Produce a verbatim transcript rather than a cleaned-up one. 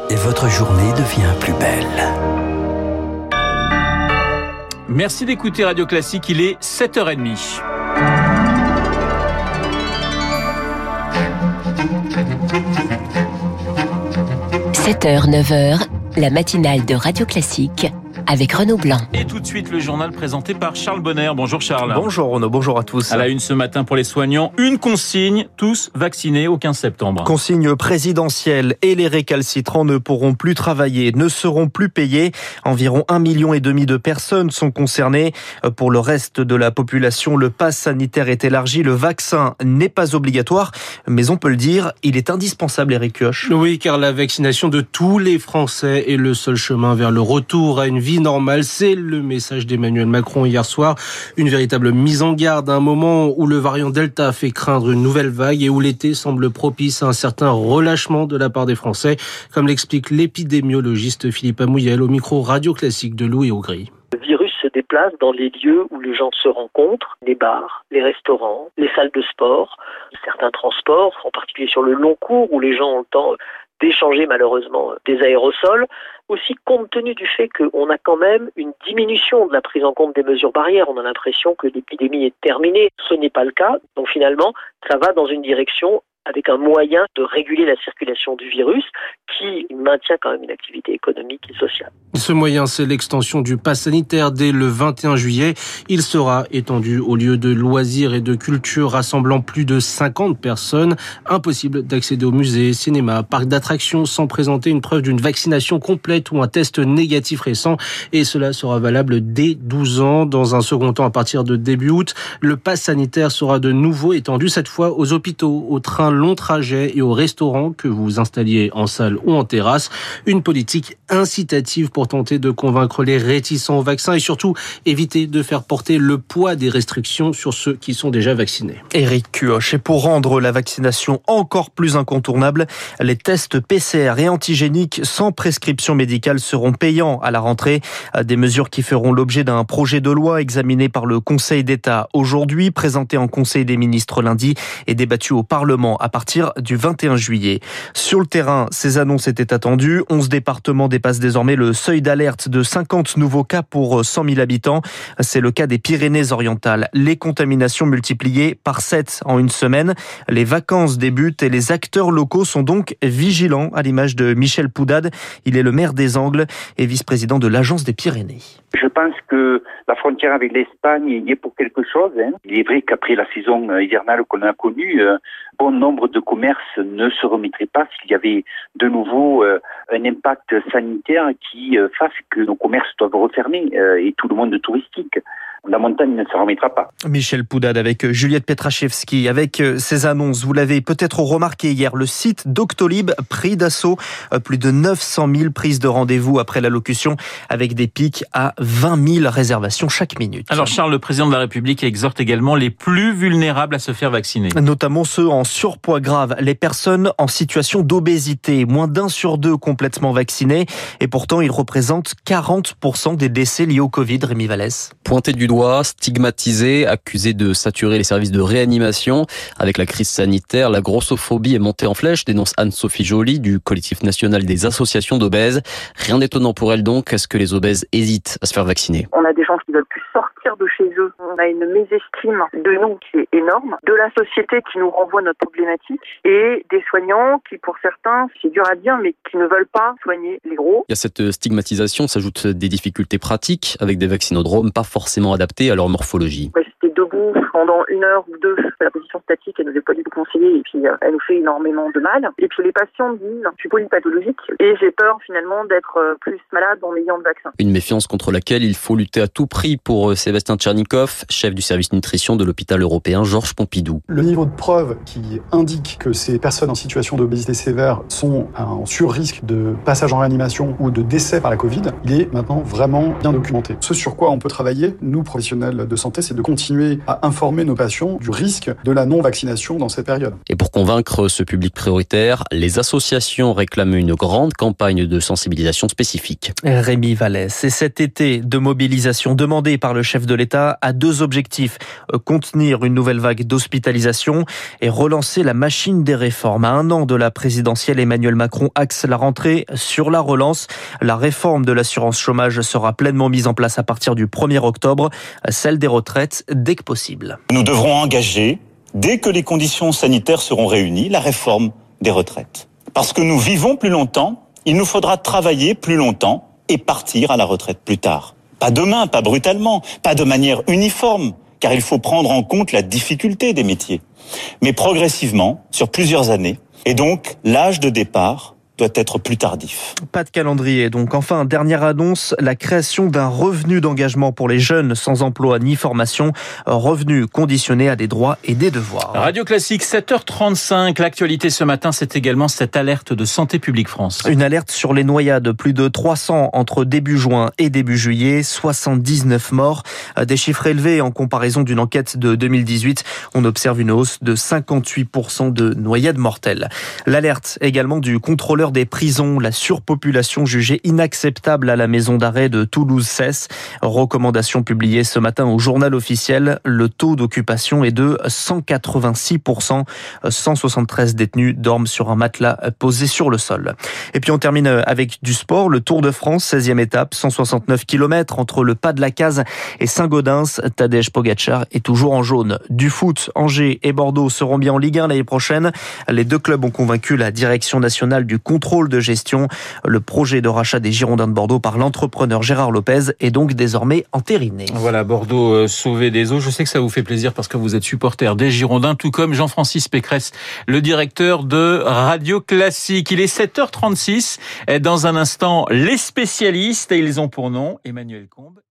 et votre journée devient plus belle. Merci d'écouter Radio Classique, il est sept heures trente. sept heures, neuf heures, la matinale de Radio Classique avec Renaud Blanc. Et tout de suite, le journal présenté par Charles Bonner. Bonjour Charles. Bonjour Renaud, bonjour à tous. À la une ce matin pour les soignants, une consigne, tous vaccinés au quinze septembre. Consigne présidentielle et les récalcitrants ne pourront plus travailler, ne seront plus payés. Environ un million et demi de personnes sont concernées. Pour le reste de la population, le pass sanitaire est élargi. Le vaccin n'est pas obligatoire, mais on peut le dire, il est indispensable, Éric Kioch. Oui, car la vaccination de tous les Français est le seul chemin vers le retour à une vie normale. C'est le message d'Emmanuel Macron hier soir. Une véritable mise en garde à un moment où le variant Delta fait craindre une nouvelle vague et où l'été semble propice à un certain relâchement de la part des Français, comme l'explique l'épidémiologiste Philippe Amouyel au micro Radio Classique de Louis Augry. Le virus se déplace dans les lieux où les gens se rencontrent, les bars, les restaurants, les salles de sport, certains transports, en particulier sur le long cours où les gens ont le temps d'échanger malheureusement des aérosols. Aussi, compte tenu du fait qu'on a quand même une diminution de la prise en compte des mesures barrières, on a l'impression que l'épidémie est terminée. Ce n'est pas le cas. Donc finalement, ça va dans une direction avec un moyen de réguler la circulation du virus qui maintient quand même une activité économique et sociale. Ce moyen, c'est l'extension du pass sanitaire dès le vingt et un juillet. Il sera étendu aux lieux de loisirs et de culture rassemblant plus de cinquante personnes. Impossible d'accéder aux musées, cinémas, parcs d'attractions sans présenter une preuve d'une vaccination complète ou un test négatif récent. Et cela sera valable dès douze ans. Dans un second temps, à partir de début août, le pass sanitaire sera de nouveau étendu, cette fois aux hôpitaux, aux trains long trajet et aux restaurants, que vous installiez en salle ou en terrasse. Une politique incitative pour tenter de convaincre les réticents au vaccin et surtout éviter de faire porter le poids des restrictions sur ceux qui sont déjà vaccinés. Éric Kioch. Et pour rendre la vaccination encore plus incontournable, les tests P C R et antigéniques sans prescription médicale seront payants à la rentrée. Des mesures qui feront l'objet d'un projet de loi examiné par le Conseil d'État aujourd'hui, présenté en Conseil des ministres lundi et débattu au Parlement à partir du vingt et un juillet. Sur le terrain, ces annonces étaient attendues. onze départements dépassent désormais le seuil d'alerte de cinquante nouveaux cas pour cent mille habitants. C'est le cas des Pyrénées-Orientales. Les contaminations multipliées par sept en une semaine. Les vacances débutent et les acteurs locaux sont donc vigilants, à l'image de Michel Poudade. Il est le maire des Angles et vice-président de l'Agence des Pyrénées. Je pense que la frontière avec l'Espagne y est pour quelque chose. Hein. Il est vrai qu'après la saison hivernale qu'on a connue, euh, bon nombre de commerces ne se remettraient pas s'il y avait de nouveau euh, un impact sanitaire qui euh, fasse que nos commerces doivent refermer euh, et tout le monde touristique. La montagne ne se remettra pas. Michel Poudade avec Juliette Petraszewski. Avec ces annonces, vous l'avez peut-être remarqué hier, le site Doctolib pris d'assaut. Plus de neuf cent mille prises de rendez-vous après l'allocution avec des pics à vingt mille réservations chaque minute. Alors Charles, le président de la République exhorte également les plus vulnérables à se faire vacciner. Notamment ceux en surpoids grave, les personnes en situation d'obésité. Moins d'un sur deux complètement vaccinés. Et pourtant, ils représentent quarante pour cent des décès liés au Covid. Rémi Vallès. Pointé du doigt, stigmatisé, accusé de saturer les services de réanimation. Avec la crise sanitaire, la grossophobie est montée en flèche, dénonce Anne-Sophie Joly du collectif national des associations d'obèses. Rien d'étonnant pour elle donc, à ce que les obèses hésitent à se faire vacciner. On a des gens qui veulent plus sortir de chez eux. On a une mésestime de nous qui est énorme, de la société qui nous renvoie notre problématique et des soignants qui, pour certains, c'est dur à dire, mais qui ne veulent pas soigner les gros. Il y a cette stigmatisation, s'ajoutent des difficultés pratiques avec des vaccinodromes pas forcément adaptés à leur morphologie. Rester debout pendant une heure ou deux, la position statique, elle nous est pas du tout conseillée et puis elle nous fait énormément de mal. Et puis les patients disent, je suis polypathologique et j'ai peur finalement d'être plus malade en ayant le vaccin. Une méfiance contre laquelle il faut lutter à tout prix pour Sébastien Tchernikov, chef du service nutrition de l'hôpital européen Georges Pompidou. Le niveau de preuve qui indique que ces personnes en situation d'obésité sévère sont en sur-risque de passage en réanimation ou de décès par la Covid, il est maintenant vraiment bien documenté. Ce sur quoi on peut travailler, nous professionnels de santé, c'est de continuer à informer informer nos patients du risque de la non-vaccination dans cette période. Et pour convaincre ce public prioritaire, les associations réclament une grande campagne de sensibilisation spécifique. Rémi Vallès. Et cet été de mobilisation demandé par le chef de l'État a deux objectifs. Contenir une nouvelle vague d'hospitalisation et relancer la machine des réformes. À un an de la présidentielle, Emmanuel Macron axe la rentrée sur la relance. La réforme de l'assurance chômage sera pleinement mise en place à partir du premier octobre. Celle des retraites dès que possible. Nous devrons engager, dès que les conditions sanitaires seront réunies, la réforme des retraites. Parce que nous vivons plus longtemps, il nous faudra travailler plus longtemps et partir à la retraite plus tard. Pas demain, pas brutalement, pas de manière uniforme, car il faut prendre en compte la difficulté des métiers. Mais progressivement, sur plusieurs années, et donc l'âge de départ doit être plus tardif. Pas de calendrier. Donc enfin, dernière annonce, la création d'un revenu d'engagement pour les jeunes sans emploi ni formation. Revenu conditionné à des droits et des devoirs. Radio Classique, sept heures trente-cinq. L'actualité ce matin, c'est également cette alerte de Santé publique France. Une alerte sur les noyades. Plus de trois cents entre début juin et début juillet. soixante-dix-neuf morts. Des chiffres élevés en comparaison d'une enquête de deux mille dix-huit. On observe une hausse de cinquante-huit pour cent de noyades mortelles. L'alerte également du contrôleur des prisons, la surpopulation jugée inacceptable à la maison d'arrêt de Toulouse cesse. Recommandation publiée ce matin au journal officiel. Le taux d'occupation est de cent quatre-vingt-six pour cent. cent soixante-treize détenus dorment sur un matelas posé sur le sol. Et puis on termine avec du sport. Le Tour de France, seizième étape, cent soixante-neuf kilomètres entre le pas de la Case et Saint-Gaudens. Tadej Pogacar est toujours en jaune. Du foot, Angers et Bordeaux seront bien en Ligue un l'année prochaine. Les deux clubs ont convaincu la direction nationale du contrôle de gestion. Le projet de rachat des Girondins de Bordeaux par l'entrepreneur Gérard Lopez est donc désormais entériné. Voilà, Bordeaux euh, sauvé des eaux. Je sais que ça vous fait plaisir parce que vous êtes supporter des Girondins, tout comme Jean-Francis Pécresse, le directeur de Radio Classique. Il est sept heures trente-six. Dans un instant, les spécialistes, et ils ont pour nom Emmanuel Combe.